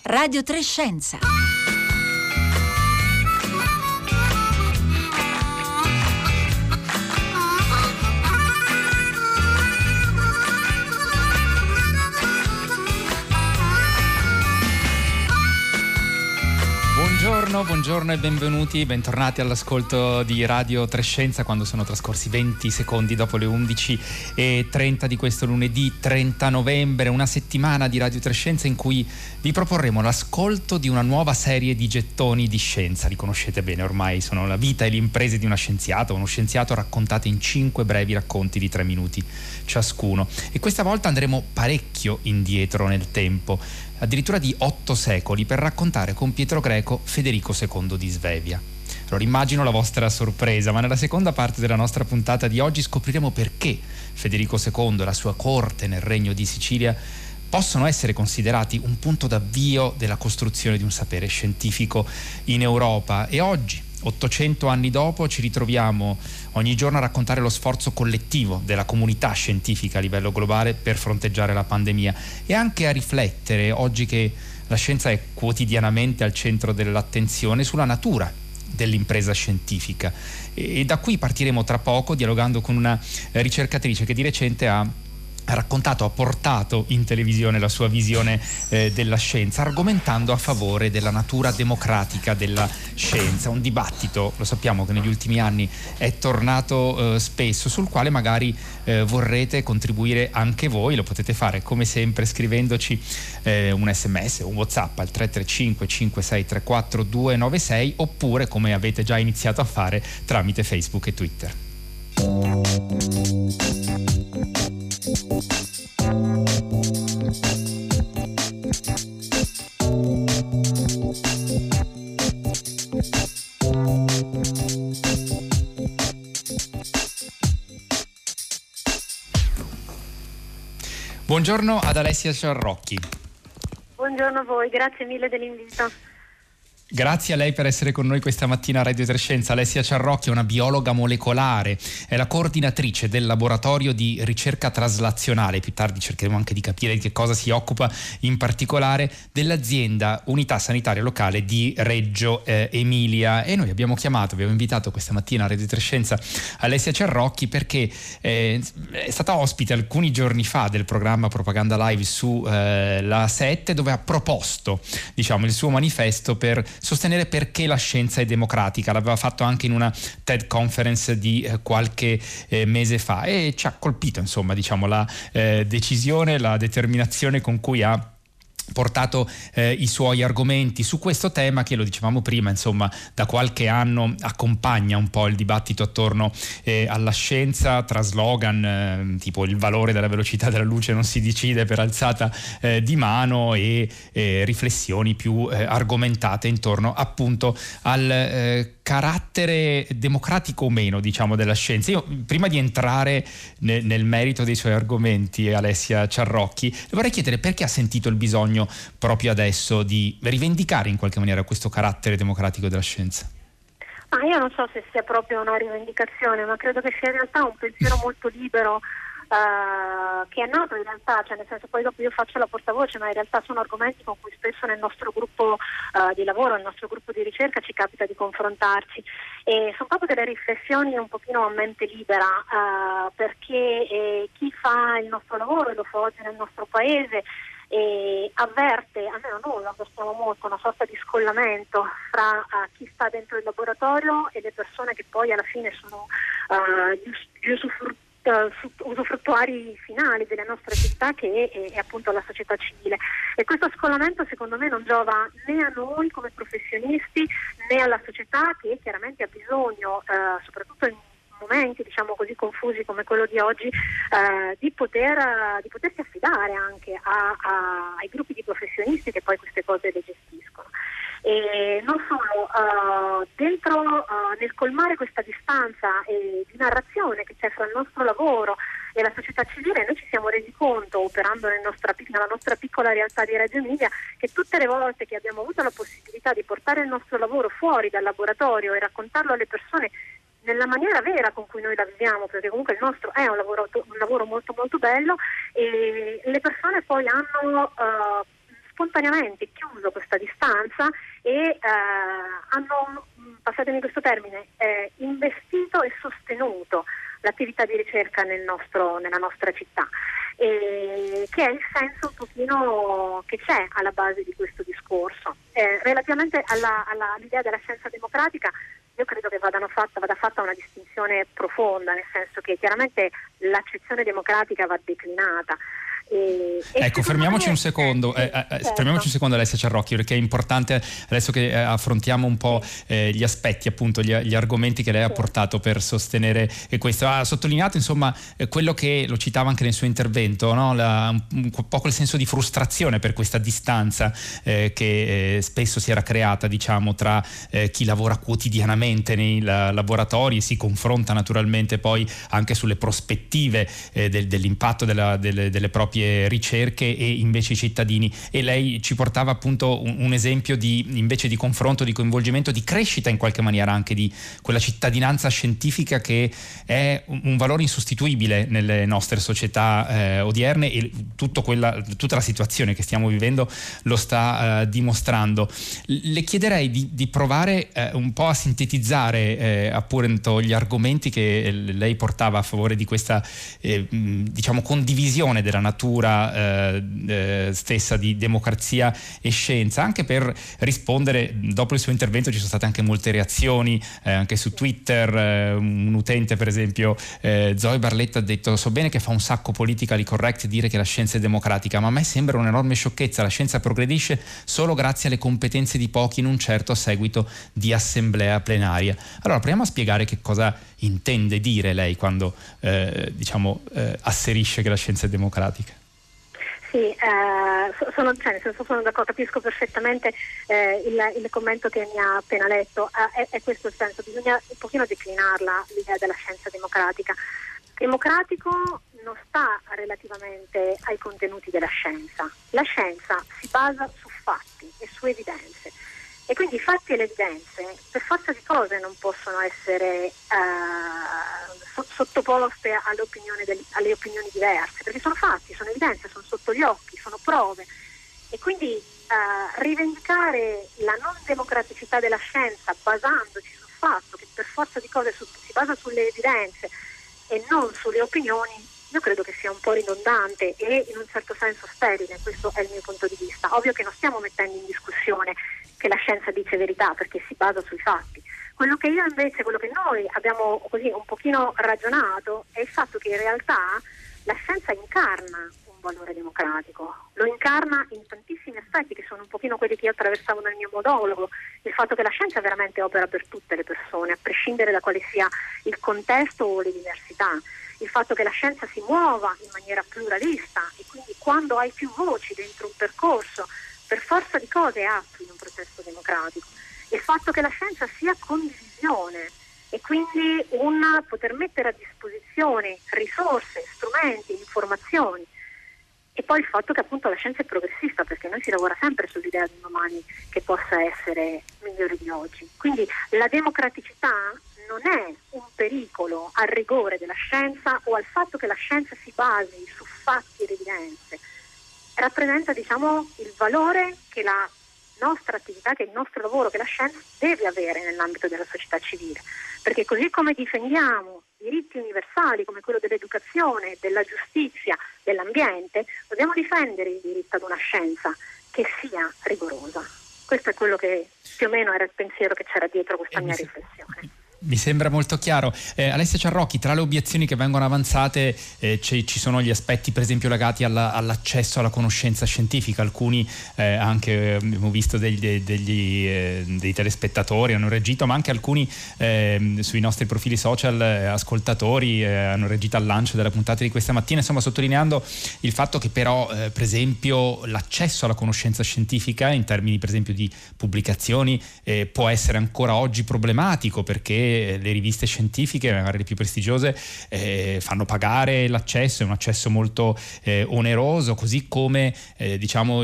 Radio Trescenza. Buongiorno e bentornati all'ascolto di Radio Trescenza quando sono trascorsi 20 secondi dopo le 11:30 di questo lunedì 30 novembre, una settimana di Radio Trescenza in cui vi proporremo l'ascolto di una nuova serie di gettoni di scienza. Li conoscete bene ormai, sono la vita e le imprese di uno scienziato raccontate in 5 brevi racconti di 3 minuti ciascuno. E questa volta andremo parecchio indietro nel tempo, addirittura di 8 secoli, per raccontare con Pietro Greco Federico II di Svevia. Allora immagino la vostra sorpresa, ma nella seconda parte della nostra puntata di oggi scopriremo perché Federico II e la sua corte nel Regno di Sicilia possono essere considerati un punto d'avvio della costruzione di un sapere scientifico in Europa. E oggi, 800 anni dopo, ci ritroviamo ogni giorno a raccontare lo sforzo collettivo della comunità scientifica a livello globale per fronteggiare la pandemia e anche a riflettere, oggi che la scienza è quotidianamente al centro dell'attenzione, sulla natura dell'impresa scientifica. E da qui partiremo tra poco dialogando con una ricercatrice che di recente ha portato in televisione la sua visione della scienza, argomentando a favore della natura democratica della scienza, un dibattito, lo sappiamo, che negli ultimi anni è tornato spesso, sul quale magari vorrete contribuire anche voi. Lo potete fare come sempre scrivendoci un SMS o un WhatsApp al 335 5634 296 oppure, come avete già iniziato a fare, tramite Facebook e Twitter. Buongiorno ad Alessia Ciarrocchi. Buongiorno a voi, grazie mille dell'invito. Grazie a lei per essere con noi questa mattina a Radio Trescenza. Alessia Ciarrocchi è una biologa molecolare, è la coordinatrice del laboratorio di ricerca traslazionale. Più tardi cercheremo anche di capire di che cosa si occupa in particolare, dell'azienda Unità Sanitaria Locale di Reggio Emilia. E noi abbiamo invitato questa mattina a Radio Trescenza Alessia Ciarrocchi perché è stata ospite alcuni giorni fa del programma Propaganda Live su la 7, dove ha proposto, il suo manifesto per sostenere perché la scienza è democratica. L'aveva fatto anche in una TED Conference di qualche mese fa e ci ha colpito la decisione, la determinazione con cui ha portato i suoi argomenti su questo tema che, lo dicevamo prima, da qualche anno accompagna un po' il dibattito attorno alla scienza, tra slogan tipo il valore della velocità della luce non si decide per alzata di mano e riflessioni più argomentate intorno appunto al carattere democratico o meno della scienza. Io, prima di entrare nel merito dei suoi argomenti, Alessia Ciarrocchi, le vorrei chiedere perché ha sentito il bisogno proprio adesso di rivendicare in qualche maniera questo carattere democratico della scienza. Io non so se sia proprio una rivendicazione, ma credo che sia in realtà un pensiero molto libero che è nato in realtà, nel senso, poi dopo io faccio la portavoce, ma in realtà sono argomenti con cui spesso nel nostro gruppo di lavoro, nel nostro gruppo di ricerca ci capita di confrontarci, e sono proprio delle riflessioni un pochino a mente libera, perché chi fa il nostro lavoro e lo fa oggi nel nostro paese avverte, almeno noi lo avvertiamo molto, una sorta di scollamento fra chi sta dentro il laboratorio e le persone che poi alla fine sono gli usufruttuari finali delle nostre attività, che è appunto la società civile. E questo scollamento secondo me non giova né a noi come professionisti né alla società, che chiaramente ha bisogno, soprattutto in momenti così confusi come quello di oggi, di potersi affidare anche ai gruppi di professionisti che poi queste cose le gestiscono. E non solo, dentro nel colmare questa distanza di narrazione che c'è fra il nostro lavoro e la società civile, noi ci siamo resi conto, operando nella nostra piccola realtà di Reggio Emilia, che tutte le volte che abbiamo avuto la possibilità di portare il nostro lavoro fuori dal laboratorio e raccontarlo alle persone nella maniera vera con cui noi la viviamo, perché comunque il nostro è un lavoro molto molto bello, e le persone poi hanno spontaneamente chiuso questa distanza e hanno, passatemi questo termine, investito e sostenuto l'attività di ricerca nella nostra città, che è il senso un pochino che c'è alla base di questo discorso. Relativamente all'idea della scienza democratica, io credo che vada fatta una distinzione profonda, nel senso che chiaramente l'accezione democratica va declinata. Ecco, fermiamoci un secondo, Alessia Ciarrocchi, perché è importante adesso che affrontiamo un po' gli aspetti, appunto gli argomenti che lei ha portato per sostenere questo. Ha sottolineato insomma quello che lo citava anche nel suo intervento, no? Un po' quel senso di frustrazione per questa distanza che spesso si era creata, diciamo, tra chi lavora quotidianamente nei laboratori e si confronta naturalmente poi anche sulle prospettive dell'impatto delle proprie ricerche, e invece i cittadini. E lei ci portava appunto un esempio invece di confronto, di coinvolgimento, di crescita in qualche maniera anche di quella cittadinanza scientifica che è un valore insostituibile nelle nostre società odierne, e tutta la situazione che stiamo vivendo lo sta dimostrando. Le chiederei di provare un po' a sintetizzare appunto gli argomenti che lei portava a favore di questa diciamo condivisione della natura stessa di democrazia e scienza, anche per rispondere. Dopo il suo intervento ci sono state anche molte reazioni anche su Twitter. Un utente, per esempio, Zoe Barletta, ha detto: so bene che fa un sacco politically correct dire che la scienza è democratica, ma a me sembra un'enorme sciocchezza. La scienza progredisce solo grazie alle competenze di pochi in un certo seguito di assemblea plenaria. Allora proviamo a spiegare che cosa intende dire lei quando asserisce che la scienza è democratica. Sì, sono d'accordo, capisco perfettamente il commento che mi ha appena letto. È questo il senso, bisogna un pochino declinarla l'idea della scienza democratica. Democratico non sta relativamente ai contenuti della scienza. La scienza si basa su fatti e su evidenze, e quindi i fatti e le evidenze per forza di cose non possono essere sottoposte alle opinioni diverse, perché sono fatti, sono evidenze, sono sotto gli occhi, sono prove, e quindi rivendicare la non democraticità della scienza basandoci sul fatto che per forza di cose si basa sulle evidenze e non sulle opinioni, io credo che sia un po' ridondante e in un certo senso sterile. Questo è il mio punto di vista. Ovvio che non stiamo mettendo in discussione che la scienza dice verità, perché si basa sui fatti. Quello che noi abbiamo così un pochino ragionato è il fatto che in realtà la scienza incarna un valore democratico, lo incarna in tantissimi aspetti che sono un pochino quelli che io attraversavo nel mio monologo, il fatto che la scienza veramente opera per tutte le persone, a prescindere da quale sia il contesto o le diversità, il fatto che la scienza si muova in maniera pluralista, e quindi quando hai più voci dentro un percorso, per forza di cose attui un processo democratico, il fatto che la scienza sia condivisione e quindi un poter mettere a disposizione risorse, strumenti, informazioni, e poi il fatto che appunto la scienza è progressista, perché noi si lavora sempre sull'idea di un domani che possa essere migliore di oggi. Quindi la democraticità non è un pericolo al rigore della scienza o al fatto che la scienza si basi su fatti ed evidenze, rappresenta, diciamo, il valore che la nostra attività, che il nostro lavoro, che la scienza deve avere nell'ambito della società civile, perché così come difendiamo diritti universali come quello dell'educazione, della giustizia, dell'ambiente, dobbiamo difendere il diritto ad una scienza che sia rigorosa. Questo è quello che più o meno era il pensiero che c'era dietro questa mia riflessione. Mi sembra molto chiaro. Alessia Ciarrocchi, tra le obiezioni che vengono avanzate ci sono gli aspetti per esempio legati all'accesso alla conoscenza scientifica. Alcuni anche abbiamo visto dei telespettatori hanno reagito, ma anche alcuni sui nostri profili social ascoltatori hanno reagito al lancio della puntata di questa mattina, insomma sottolineando il fatto che però per esempio l'accesso alla conoscenza scientifica in termini per esempio di pubblicazioni può essere ancora oggi problematico, perché le riviste scientifiche, magari le più prestigiose, fanno pagare l'accesso, è un accesso molto oneroso, così come diciamo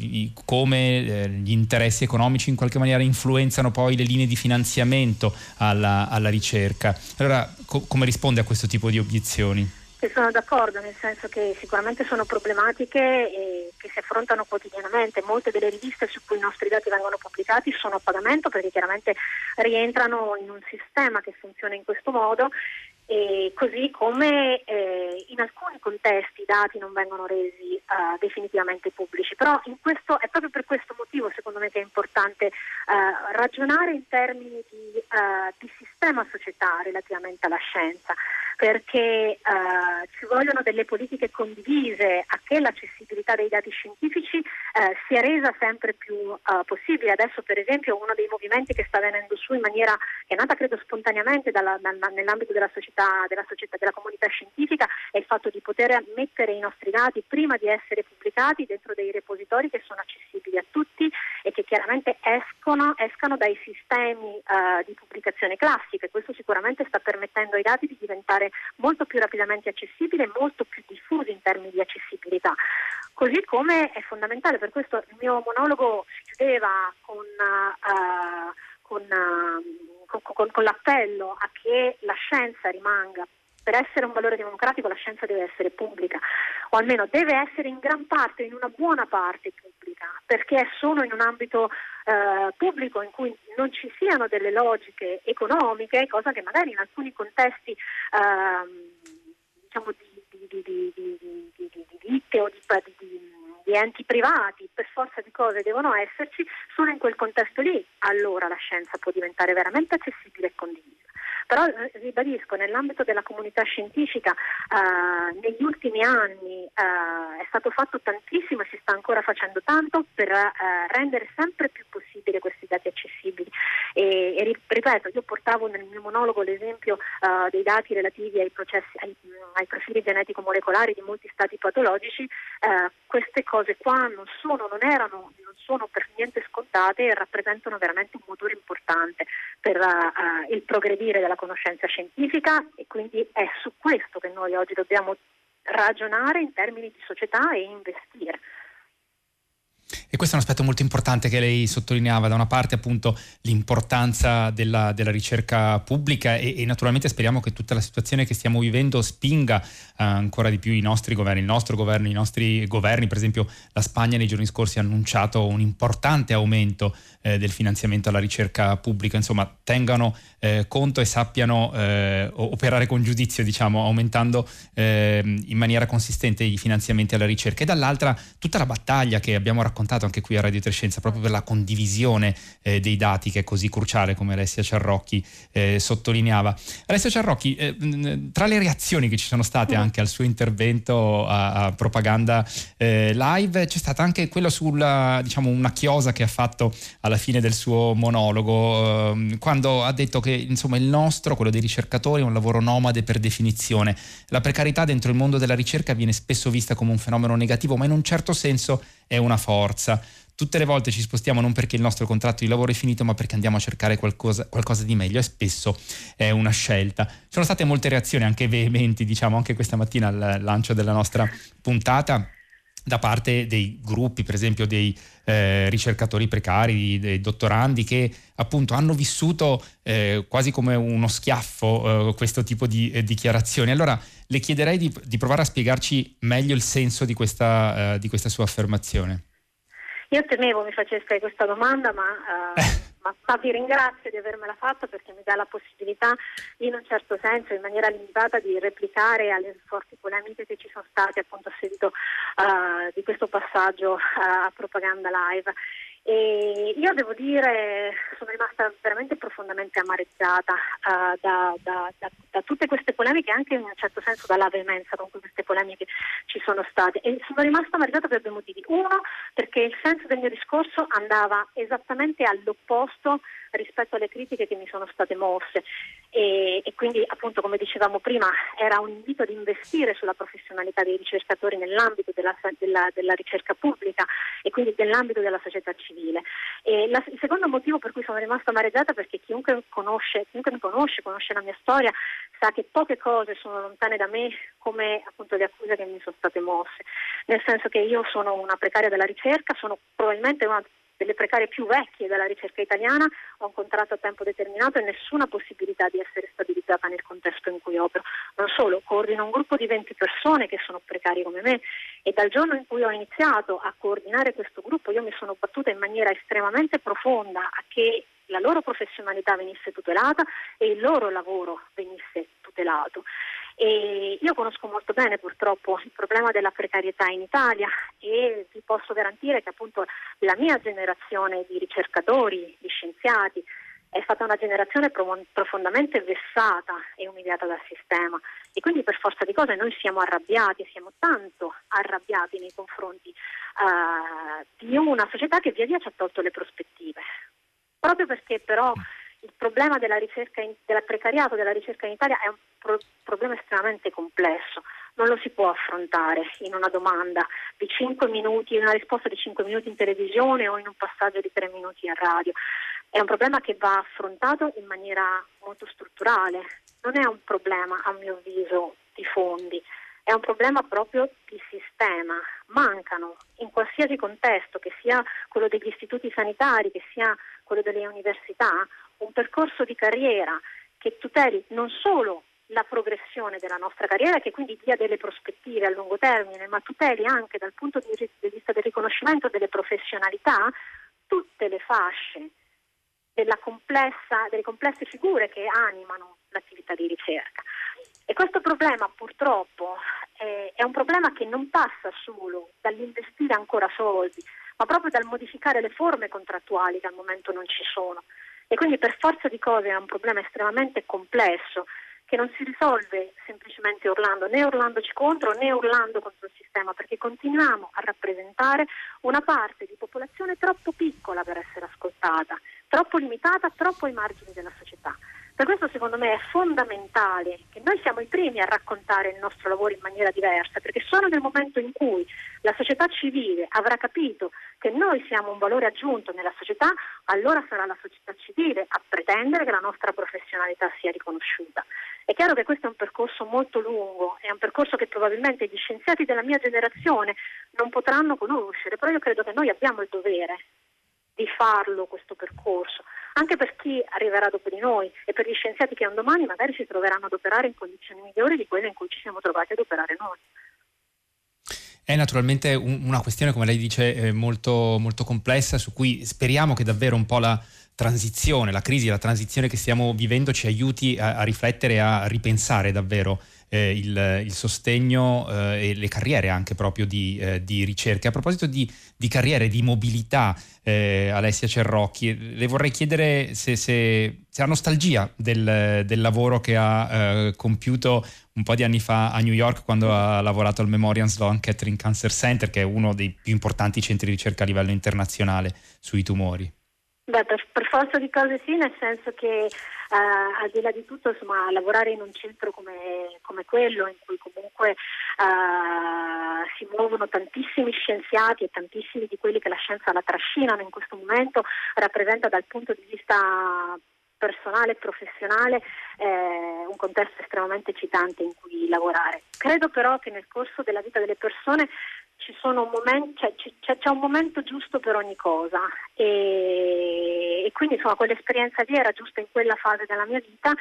come gli interessi economici in qualche maniera influenzano poi le linee di finanziamento alla ricerca. Allora come risponde a questo tipo di obiezioni? Sono d'accordo, nel senso che sicuramente sono problematiche e che si affrontano quotidianamente. Molte delle riviste su cui i nostri dati vengono pubblicati sono a pagamento perché chiaramente rientrano in un sistema che funziona in questo modo, e così come in alcuni contesti i dati non vengono resi definitivamente pubblici. Però è proprio per questo motivo, secondo me, che è importante ragionare in termini di sistema società relativamente alla scienza, perché ci vogliono delle politiche condivise a che l'accessibilità dei dati scientifici sia resa sempre più possibile. Adesso, per esempio, uno dei movimenti che sta venendo su in maniera che è nata credo spontaneamente nell'ambito della comunità scientifica è il fatto di poter mettere i nostri dati prima di essere pubblicati dentro dei repositori che sono accessibili a tutti e che chiaramente escano dai sistemi di pubblicazione classiche. Questo sicuramente sta permettendo ai dati di diventare molto più rapidamente accessibili e molto più diffusi in termini di accessibilità. Così come è fondamentale, per questo il mio monologo si chiudeva con l'appello a che la scienza rimanga. Per essere un valore democratico la scienza deve essere pubblica, o almeno deve essere in gran parte, in una buona parte pubblica, perché è solo in un ambito pubblico in cui non ci siano delle logiche economiche, cosa che magari in alcuni contesti diciamo di ditte o di enti privati per forza di cose devono esserci, solo in quel contesto lì allora la scienza può diventare veramente accessibile e condivisa. Però ribadisco, nell'ambito della comunità scientifica negli ultimi anni è stato fatto tantissimo e si sta ancora facendo tanto per rendere sempre più possibile questi dati accessibili e ripeto, io portavo nel mio monologo l'esempio dei dati relativi ai profili genetico-molecolari di molti stati patologici. Queste cose qua non sono per niente scontate e rappresentano veramente un motore importante per il progredire della conoscenza scientifica, e quindi è su questo che noi oggi dobbiamo ragionare in termini di società e investire. E questo è un aspetto molto importante che lei sottolineava, da una parte appunto l'importanza della ricerca pubblica e naturalmente speriamo che tutta la situazione che stiamo vivendo spinga ancora di più i nostri governi, il nostro governo, i nostri governi. Per esempio la Spagna nei giorni scorsi ha annunciato un importante aumento del finanziamento alla ricerca pubblica, insomma tengano conto e sappiano operare con giudizio, diciamo, aumentando in maniera consistente i finanziamenti alla ricerca, e dall'altra tutta la battaglia che abbiamo raccontato anche qui a Radio Trescenza proprio per la condivisione dei dati, che è così cruciale, come Alessia Ciarrocchi sottolineava. Alessia Ciarrocchi, tra le reazioni che ci sono state anche al suo intervento a Propaganda Live c'è stata anche quella sulla, diciamo, una chiosa che ha fatto alla fine del suo monologo, quando ha detto che insomma il nostro, quello dei ricercatori, è un lavoro nomade per definizione. La precarietà dentro il mondo della ricerca viene spesso vista come un fenomeno negativo, ma in un certo senso è una forza. Tutte le volte ci spostiamo non perché il nostro contratto di lavoro è finito, ma perché andiamo a cercare qualcosa di meglio, e spesso è una scelta. Ci sono state molte reazioni anche veementi, diciamo, anche questa mattina al lancio della nostra puntata, da parte dei gruppi, per esempio dei ricercatori precari, dei dottorandi, che appunto hanno vissuto quasi come uno schiaffo questo tipo di dichiarazioni. Allora le chiederei di provare a spiegarci meglio il senso di questa sua affermazione. Io temevo mi faceste questa domanda, ma vi ringrazio di avermela fatta, perché mi dà la possibilità, in un certo senso, in maniera limitata, di replicare alle forti polemiche che ci sono state appunto a seguito di questo passaggio a Propaganda Live. E io devo dire, sono rimasta veramente profondamente amareggiata da tutte queste polemiche, anche in un certo senso dalla veemenza con cui queste polemiche ci sono state, e sono rimasta amareggiata per due motivi. Uno, perché il senso del mio discorso andava esattamente all'opposto rispetto alle critiche che mi sono state mosse, e quindi appunto, come dicevamo prima, era un invito ad investire sulla professionalità dei ricercatori nell'ambito della ricerca pubblica e quindi nell'ambito della società civile. E il secondo motivo per cui sono rimasta amareggiata, perché chiunque mi conosce la mia storia, sa che poche cose sono lontane da me, come appunto le accuse che mi sono state mosse, nel senso che io sono una precaria della ricerca, sono probabilmente una delle precarie più vecchie della ricerca italiana, ho un contratto a tempo determinato e nessuna possibilità di essere stabilizzata nel contesto in cui opero. Non solo, coordino un gruppo di 20 persone che sono precarie come me, e dal giorno in cui ho iniziato a coordinare questo gruppo io mi sono battuta in maniera estremamente profonda a che la loro professionalità venisse tutelata e il loro lavoro venisse tutelato. E io conosco molto bene purtroppo il problema della precarietà in Italia e vi posso garantire che appunto la mia generazione di ricercatori, di scienziati, è stata una generazione profondamente vessata e umiliata dal sistema, e quindi per forza di cose noi siamo arrabbiati, siamo tanto arrabbiati nei confronti di una società che via via ci ha tolto le prospettive, proprio perché però il problema della ricerca del precariato della ricerca in Italia è un problema estremamente complesso. Non lo si può affrontare in una domanda di 5 minuti, in una risposta di 5 minuti in televisione o in un passaggio di 3 minuti a radio. È un problema che va affrontato in maniera molto strutturale. Non è un problema, a mio avviso, di fondi, è un problema proprio di sistema. Mancano in qualsiasi contesto, che sia quello degli istituti sanitari, che sia quello delle università, un percorso di carriera che tuteli non solo la progressione della nostra carriera, che quindi dia delle prospettive a lungo termine, ma tuteli anche dal punto di vista del riconoscimento delle professionalità tutte le fasce delle complesse figure che animano l'attività di ricerca. E questo problema purtroppo è un problema che non passa solo dall'investire ancora soldi, ma proprio dal modificare le forme contrattuali che al momento non ci sono. E quindi per forza di cose è un problema estremamente complesso che non si risolve semplicemente urlandoci contro, né urlando contro il sistema, perché continuiamo a rappresentare una parte di popolazione troppo piccola per essere ascoltata, troppo limitata, troppo ai margini della società. Per questo secondo me è fondamentale che noi siamo i primi a raccontare il nostro lavoro in maniera diversa, perché solo nel momento in cui la società civile avrà capito che noi siamo un valore aggiunto nella società, allora sarà la società civile a pretendere che la nostra professionalità sia riconosciuta. È chiaro che questo è un percorso molto lungo, è un percorso che probabilmente gli scienziati della mia generazione non potranno conoscere, però io credo che noi abbiamo il dovere di farlo questo percorso, anche per chi arriverà dopo di noi e per gli scienziati che un domani magari si troveranno ad operare in condizioni migliori di quelle in cui ci siamo trovati ad operare noi. È naturalmente una questione, come lei dice, molto, molto complessa, su cui speriamo che davvero un po' la transizione, la crisi, la transizione che stiamo vivendo ci aiuti a riflettere, a ripensare davvero il sostegno e le carriere anche proprio di ricerca. A proposito di carriere, di mobilità, Alessia Cerrocchi, le vorrei chiedere se ha nostalgia del lavoro che ha compiuto un po' di anni fa a New York, quando ha lavorato al Memorial Sloan Kettering Cancer Center, che è uno dei più importanti centri di ricerca a livello internazionale sui tumori. Beh, per forza di cose sì, nel senso che al di là di tutto, insomma, lavorare in un centro come quello, in cui comunque si muovono tantissimi scienziati e tantissimi di quelli che la scienza la trascinano in questo momento, rappresenta dal punto di vista personale e professionale un contesto estremamente eccitante in cui lavorare. Credo però che nel corso della vita delle persone c'è un momento giusto per ogni cosa, e quindi insomma quell'esperienza lì era giusta in quella fase della mia vita.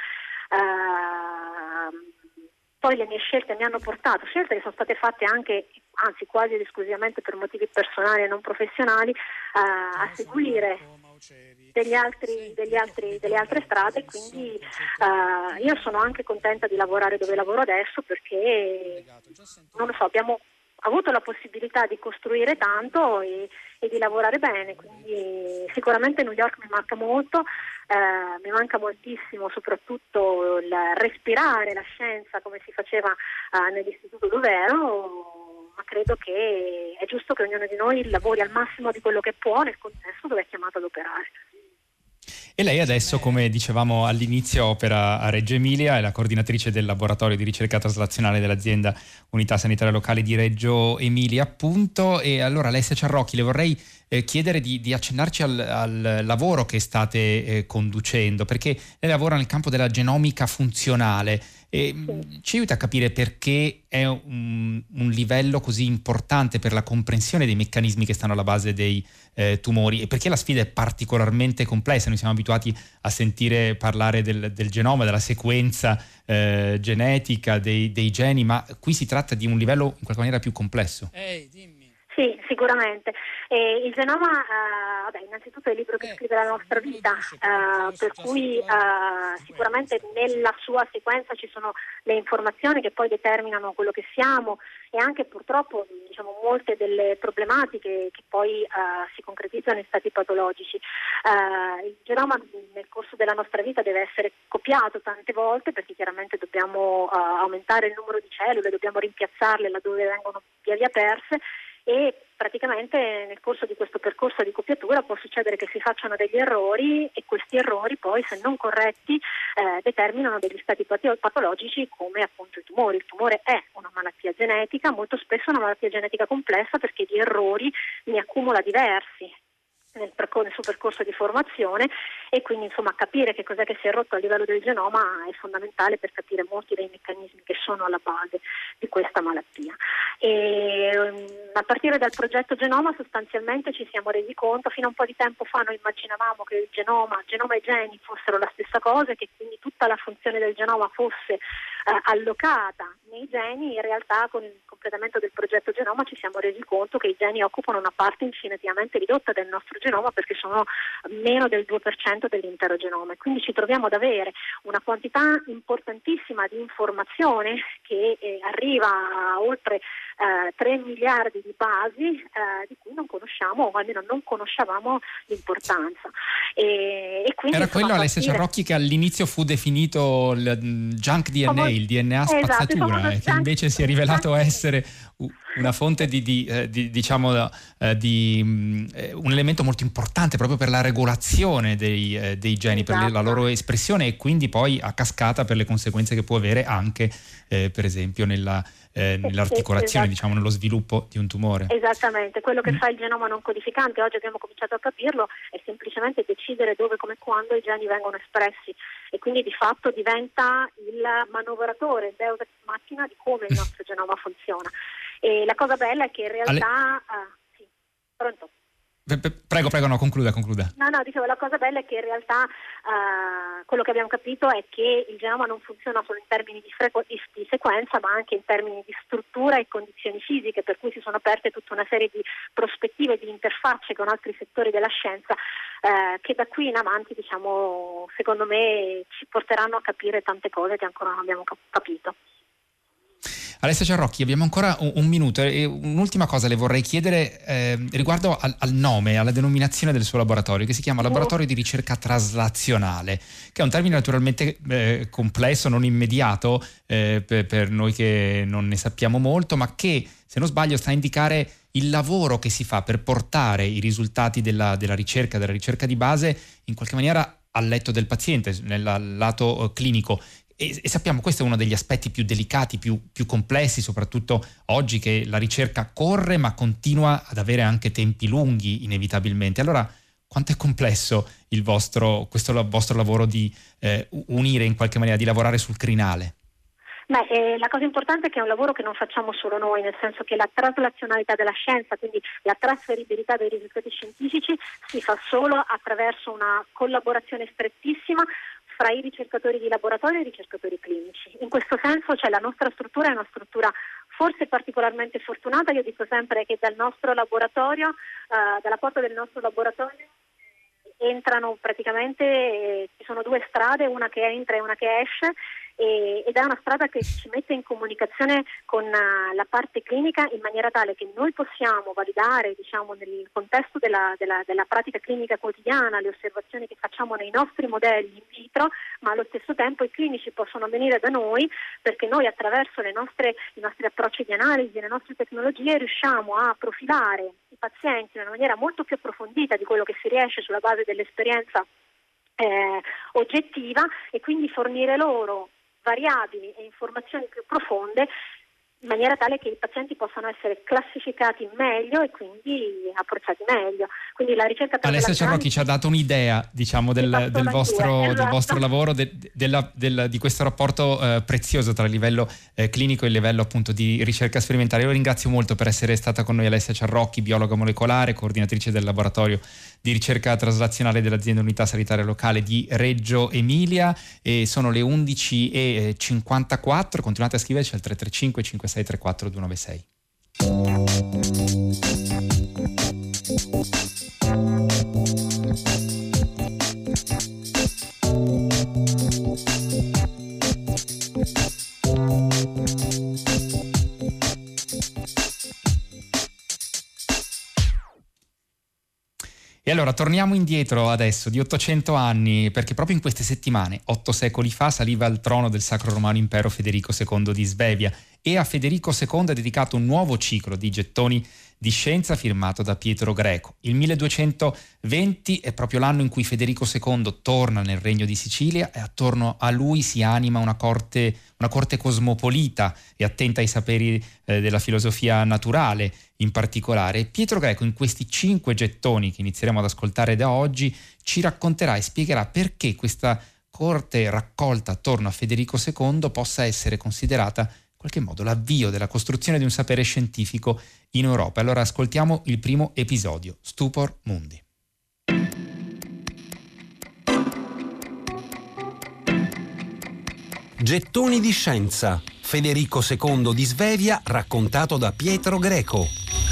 Poi le mie scelte mi hanno portato, scelte che sono state fatte anche, anzi quasi ed esclusivamente per motivi personali e non professionali, a seguire delle altre strade, quindi io sono anche contenta di lavorare dove lavoro adesso, perché non lo so, abbiamo avuto la possibilità di costruire tanto e di lavorare bene, quindi sicuramente New York mi manca molto, mi manca moltissimo soprattutto il respirare la scienza come si faceva nell'istituto dove ero, ma credo che è giusto che ognuno di noi lavori al massimo di quello che può nel contesto dove è chiamato ad operare. E lei adesso, come dicevamo all'inizio, opera a Reggio Emilia, è la coordinatrice del laboratorio di ricerca traslazionale dell'azienda Unità Sanitaria Locale di Reggio Emilia, appunto. E allora, Alessia Cerrocchi, le vorrei chiedere di accennarci al lavoro che state conducendo, perché lei lavora nel campo della genomica funzionale. Ci aiuta a capire perché è un livello così importante per la comprensione dei meccanismi che stanno alla base dei tumori, e perché la sfida è particolarmente complessa. Noi siamo abituati a sentire parlare del genoma, della sequenza genetica dei geni, ma qui si tratta di un livello in qualche maniera più complesso. Dimmi. Sì, sicuramente. Il genoma, innanzitutto è il libro che scrive la nostra vita, per cui sicuramente nella sua sequenza ci sono le informazioni che poi determinano quello che siamo, e anche purtroppo molte delle problematiche che poi si concretizzano in stati patologici. Il genoma nel corso della nostra vita deve essere copiato tante volte, perché chiaramente dobbiamo aumentare il numero di cellule, dobbiamo rimpiazzarle laddove vengono via via perse, e praticamente nel corso di questo percorso di copiatura può succedere che si facciano degli errori, e questi errori poi, se non corretti, determinano degli stati patologici come appunto il tumore. Il tumore è una malattia genetica, molto spesso una malattia genetica complessa, perché di errori ne accumula diversi nel suo percorso di formazione, e quindi capire che cos'è che si è rotto a livello del genoma è fondamentale per capire molti dei meccanismi che sono alla base di questa malattia. E a partire dal progetto Genoma sostanzialmente ci siamo resi conto, fino a un po' di tempo fa noi immaginavamo che il genoma e geni fossero la stessa cosa, e che quindi tutta la funzione del genoma fosse allocata nei geni. In realtà con il completamento del progetto Genoma ci siamo resi conto che i geni occupano una parte infinitivamente ridotta del nostro genoma, perché sono meno del 2% dell'intero genoma, e quindi ci troviamo ad avere una quantità importantissima di informazione che arriva a oltre 3 miliardi di basi di cui non conosciamo, o almeno non conosciavamo l'importanza. E quindi, era quello, Alessia Ciarrocchi, che all'inizio fu definito il junk DNA, il DNA spazzatura, che invece si è rivelato essere una fonte un elemento molto importante proprio per la regolazione dei geni, per la loro espressione, e quindi poi a cascata per le conseguenze che può avere anche per esempio nell'articolazione, nello sviluppo di un tumore. Esattamente, quello che fa il genoma non codificante, oggi abbiamo cominciato a capirlo, è semplicemente decidere dove, come, quando i geni vengono espressi, e quindi di fatto diventa il manovratore, il deus ex machina di come il nostro genoma funziona. E la cosa bella è che in realtà... sì, pronto? Prego, no, concluda. No, dicevo, la cosa bella è che in realtà quello che abbiamo capito è che il genoma non funziona solo in termini di sequenza, ma anche in termini di struttura e condizioni fisiche, per cui si sono aperte tutta una serie di prospettive, di interfacce con altri settori della scienza che da qui in avanti, secondo me, ci porteranno a capire tante cose che ancora non abbiamo capito. Alessia Ciarrocchi, abbiamo ancora un minuto, e un'ultima cosa le vorrei chiedere riguardo al nome, alla denominazione del suo laboratorio, che si chiama Laboratorio di Ricerca Traslazionale, che è un termine naturalmente complesso, non immediato per noi che non ne sappiamo molto, ma che, se non sbaglio, sta a indicare il lavoro che si fa per portare i risultati della ricerca di base in qualche maniera al letto del paziente, nel lato clinico. E sappiamo, questo è uno degli aspetti più delicati, più complessi, soprattutto oggi che la ricerca corre ma continua ad avere anche tempi lunghi inevitabilmente. Allora, quanto è complesso questo vostro lavoro di unire in qualche maniera, di lavorare sul crinale? La cosa importante è che è un lavoro che non facciamo solo noi, nel senso che la traslazionalità della scienza, quindi la trasferibilità dei risultati scientifici, si fa solo attraverso una collaborazione strettissima fra i ricercatori di laboratorio e i ricercatori clinici. In questo senso, la nostra struttura è una struttura forse particolarmente fortunata. Io dico sempre che dal nostro laboratorio, dalla porta del nostro laboratorio, entrano praticamente, ci sono due strade, una che entra e una che esce, ed è una strada che ci mette in comunicazione con la parte clinica, in maniera tale che noi possiamo validare, nel contesto della pratica clinica quotidiana, le osservazioni che facciamo nei nostri modelli in vitro, ma allo stesso tempo i clinici possono venire da noi, perché noi attraverso i nostri approcci di analisi, le nostre tecnologie, riusciamo a profilare i pazienti in una maniera molto più approfondita di quello che si riesce sulla base dell'esperienza oggettiva, e quindi fornire loro variabili e informazioni più profonde in maniera tale che i pazienti possano essere classificati meglio e quindi approcciati meglio. Quindi la ricerca Alessia Ciarrocchi ci ha dato un'idea, diciamo, del vostro lavoro, di questo rapporto prezioso tra il livello clinico e il livello appunto di ricerca sperimentale. Io ringrazio molto per essere stata con noi Alessia Ciarrocchi, biologa molecolare, coordinatrice del laboratorio di ricerca traslazionale dell'azienda Unità Sanitaria Locale di Reggio Emilia. E sono le 11:54, continuate a scriverci al 335 5634 296. E allora torniamo indietro adesso di 800 anni, perché proprio in queste settimane, 8 secoli fa, saliva al trono del Sacro Romano Impero Federico II di Svevia, e a Federico II è dedicato un nuovo ciclo di gettoni di scienza firmato da Pietro Greco. Il 1220 è proprio l'anno in cui Federico II torna nel Regno di Sicilia e attorno a lui si anima una corte cosmopolita e attenta ai saperi della filosofia naturale in particolare. Pietro Greco, in questi 5 gettoni che inizieremo ad ascoltare da oggi, ci racconterà e spiegherà perché questa corte raccolta attorno a Federico II possa essere considerata in qualche modo l'avvio della costruzione di un sapere scientifico in Europa. Allora ascoltiamo il primo episodio, Stupor Mundi. Gettoni di scienza. Federico II di Svevia raccontato da Pietro Greco.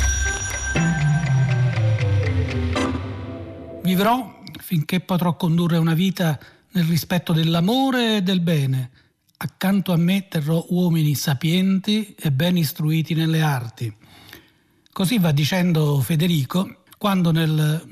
Vivrò finché potrò condurre una vita nel rispetto dell'amore e del bene. Accanto a me terrò uomini sapienti e ben istruiti nelle arti. Così va dicendo Federico quando nel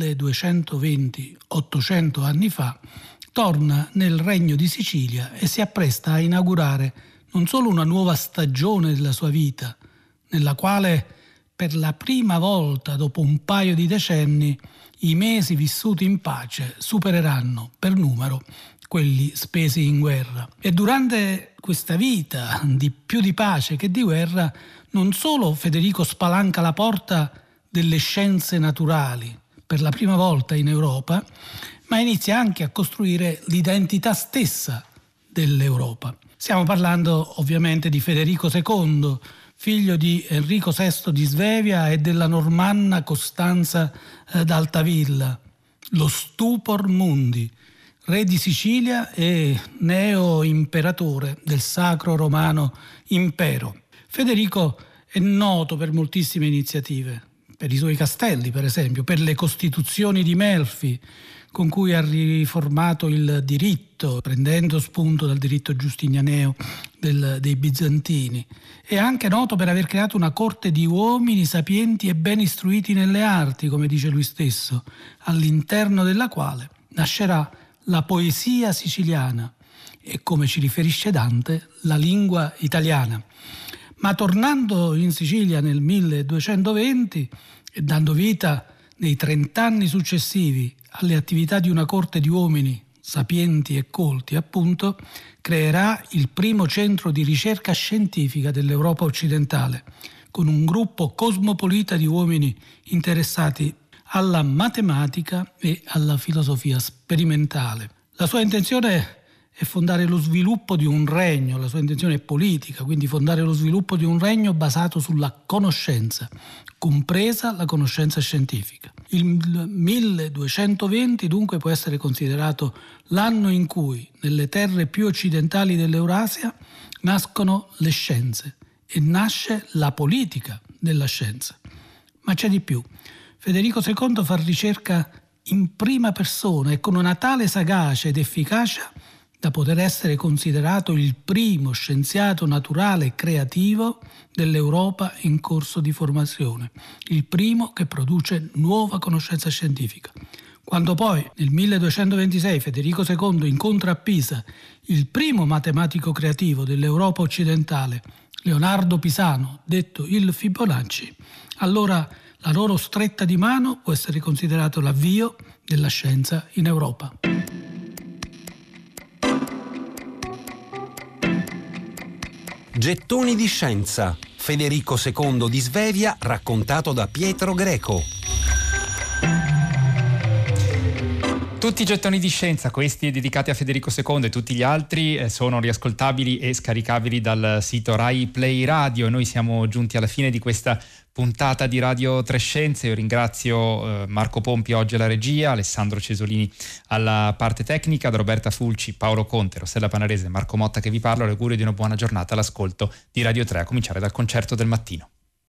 1220, 800 anni fa, torna nel Regno di Sicilia e si appresta a inaugurare non solo una nuova stagione della sua vita, nella quale per la prima volta dopo un paio di decenni i mesi vissuti in pace supereranno per numero quelli spesi in guerra. E durante questa vita di più di pace che di guerra, non solo Federico spalanca la porta delle scienze naturali per la prima volta in Europa, ma inizia anche a costruire l'identità stessa dell'Europa. Stiamo parlando ovviamente di Federico II, figlio di Enrico VI di Svevia e della normanna Costanza d'Altavilla, lo Stupor Mundi, re di Sicilia e neo-imperatore del Sacro Romano Impero. Federico è noto per moltissime iniziative, per i suoi castelli per esempio, per le costituzioni di Melfi, con cui ha riformato il diritto, prendendo spunto dal diritto giustinianeo dei bizantini. È anche noto per aver creato una corte di uomini sapienti e ben istruiti nelle arti, come dice lui stesso, all'interno della quale nascerà la poesia siciliana e, come ci riferisce Dante, la lingua italiana. Ma tornando in Sicilia nel 1220 e dando vita nei 30 anni successivi alle attività di una corte di uomini sapienti e colti, appunto, creerà il primo centro di ricerca scientifica dell'Europa occidentale, con un gruppo cosmopolita di uomini interessati alla matematica e alla filosofia sperimentale. La sua intenzione è fondare lo sviluppo di un regno, la sua intenzione è politica, quindi fondare lo sviluppo di un regno basato sulla conoscenza, compresa la conoscenza scientifica. Il 1220 dunque può essere considerato l'anno in cui nelle terre più occidentali dell'Eurasia nascono le scienze e nasce la politica della scienza. Ma c'è di più. Federico II fa ricerca in prima persona e con una tale sagacia ed efficacia da poter essere considerato il primo scienziato naturale e creativo dell'Europa in corso di formazione, il primo che produce nuova conoscenza scientifica. Quando poi nel 1226 Federico II incontra a Pisa il primo matematico creativo dell'Europa occidentale, Leonardo Pisano, detto il Fibonacci, allora la loro stretta di mano può essere considerato l'avvio della scienza in Europa. Gettoni di scienza. Federico II di Svevia raccontato da Pietro Greco. Tutti i gettoni di scienza, questi dedicati a Federico II e tutti gli altri, sono riascoltabili e scaricabili dal sito Rai Play Radio. E noi siamo giunti alla fine di questa puntata di Radio Trescenze. Io ringrazio Marco Pompi oggi alla regia, Alessandro Cesolini alla parte tecnica, da Roberta Fulci, Paolo Conte, Rossella Panarese e Marco Motta che vi parlo. L'augurio di una buona giornata all'ascolto di Radio 3, a cominciare dal concerto del mattino.